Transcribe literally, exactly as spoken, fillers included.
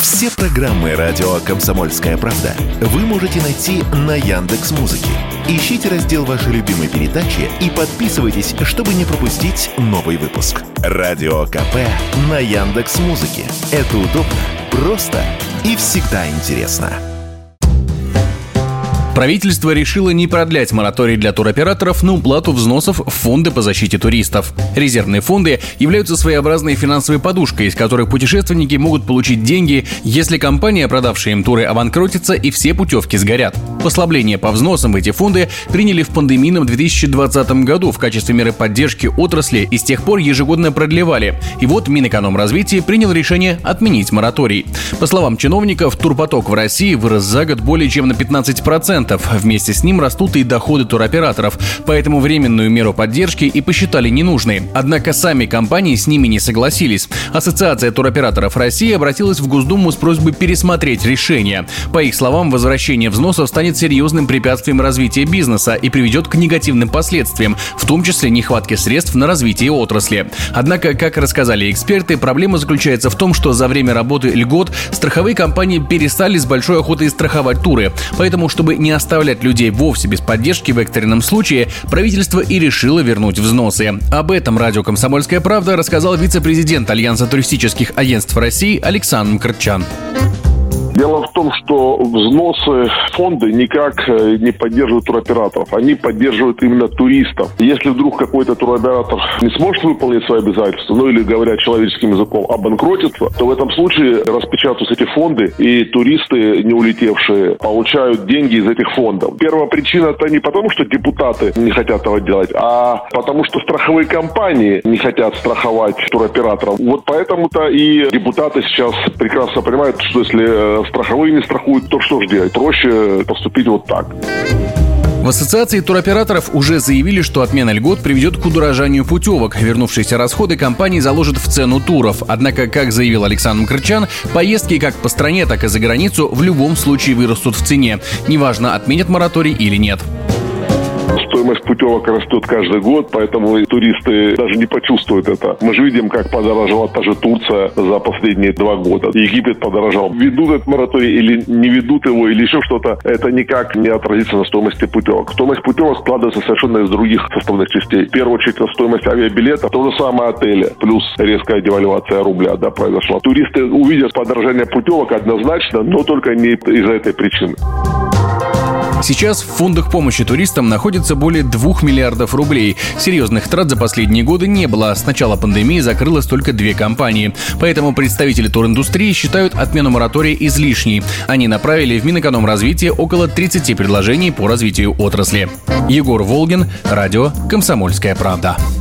Все программы радио «Комсомольская правда» вы можете найти на Яндекс.Музыке. Ищите раздел вашей любимой передачи и подписывайтесь, чтобы не пропустить новый выпуск. Радио КП на Яндекс.Музыке. Это удобно, просто и всегда интересно. Правительство решило не продлять мораторий для туроператоров на уплату взносов в фонды по защите туристов. Резервные фонды являются своеобразной финансовой подушкой, из которой путешественники могут получить деньги, если компания, продавшая им туры, обанкротится и все путевки сгорят. Послабление по взносам в эти фонды приняли в пандемийном две тысячи двадцатом году в качестве меры поддержки отрасли и с тех пор ежегодно продлевали. И вот Минэкономразвития принял решение отменить мораторий. По словам чиновников, турпоток в России вырос за год более чем на пятнадцать процентов. Вместе с ним растут и доходы туроператоров, поэтому временную меру поддержки и посчитали ненужной. Однако сами компании с ними не согласились. Ассоциация туроператоров России обратилась в Госдуму с просьбой пересмотреть решение. По их словам, возвращение взносов станет серьезным препятствием развития бизнеса и приведет к негативным последствиям, в том числе нехватке средств на развитие отрасли. Однако, как рассказали эксперты, проблема заключается в том, что за время работы льгот страховые компании перестали с большой охотой страховать туры. Поэтому, чтобы не оставлять людей вовсе без поддержки в экстренном случае, правительство и решило вернуть взносы. Об этом радио «Комсомольская правда» рассказал вице-президент Альянса туристических агентств России Александр Мкртчян. Дело в том, что взносы фонды никак не поддерживают туроператоров. Они поддерживают именно туристов. Если вдруг какой-то туроператор не сможет выполнить свои обязательства, ну или, говоря человеческим языком, обанкротится, то в этом случае распечатываются эти фонды, и туристы, не улетевшие, получают деньги из этих фондов. Первая причина — это не потому, что депутаты не хотят этого делать, а потому что страховые компании не хотят страховать туроператоров. Вот поэтому-то и депутаты сейчас прекрасно понимают, что если страховые не страхуют, то что же делать? Проще поступить вот так. В ассоциации туроператоров уже заявили, что отмена льгот приведет к удорожанию путевок. Вернувшиеся расходы компании заложат в цену туров. Однако, как заявил Александр Мкртчян, поездки как по стране, так и за границу в любом случае вырастут в цене. Неважно, отменят мораторий или нет. Стоимость путевок растет каждый год, поэтому туристы даже не почувствуют это. Мы же видим, как подорожала та же Турция за последние два года. Египет подорожал. Ведут этот мораторий или не ведут его, или еще что-то, это никак не отразится на стоимости путевок. Стоимость путевок складывается совершенно из других составных частей. В первую очередь, это стоимость авиабилета, то же самое отели, плюс резкая девальвация рубля, да, произошла. Туристы увидят подорожание путевок однозначно, но только не из-за этой причины. Сейчас в фондах помощи туристам находится более двух миллиардов рублей. Серьезных трат за последние годы не было. С начала пандемии закрылось только две компании. Поэтому представители туриндустрии считают отмену моратория излишней. Они направили в Минэкономразвитие около тридцати предложений по развитию отрасли. Егор Волгин, радио «Комсомольская правда».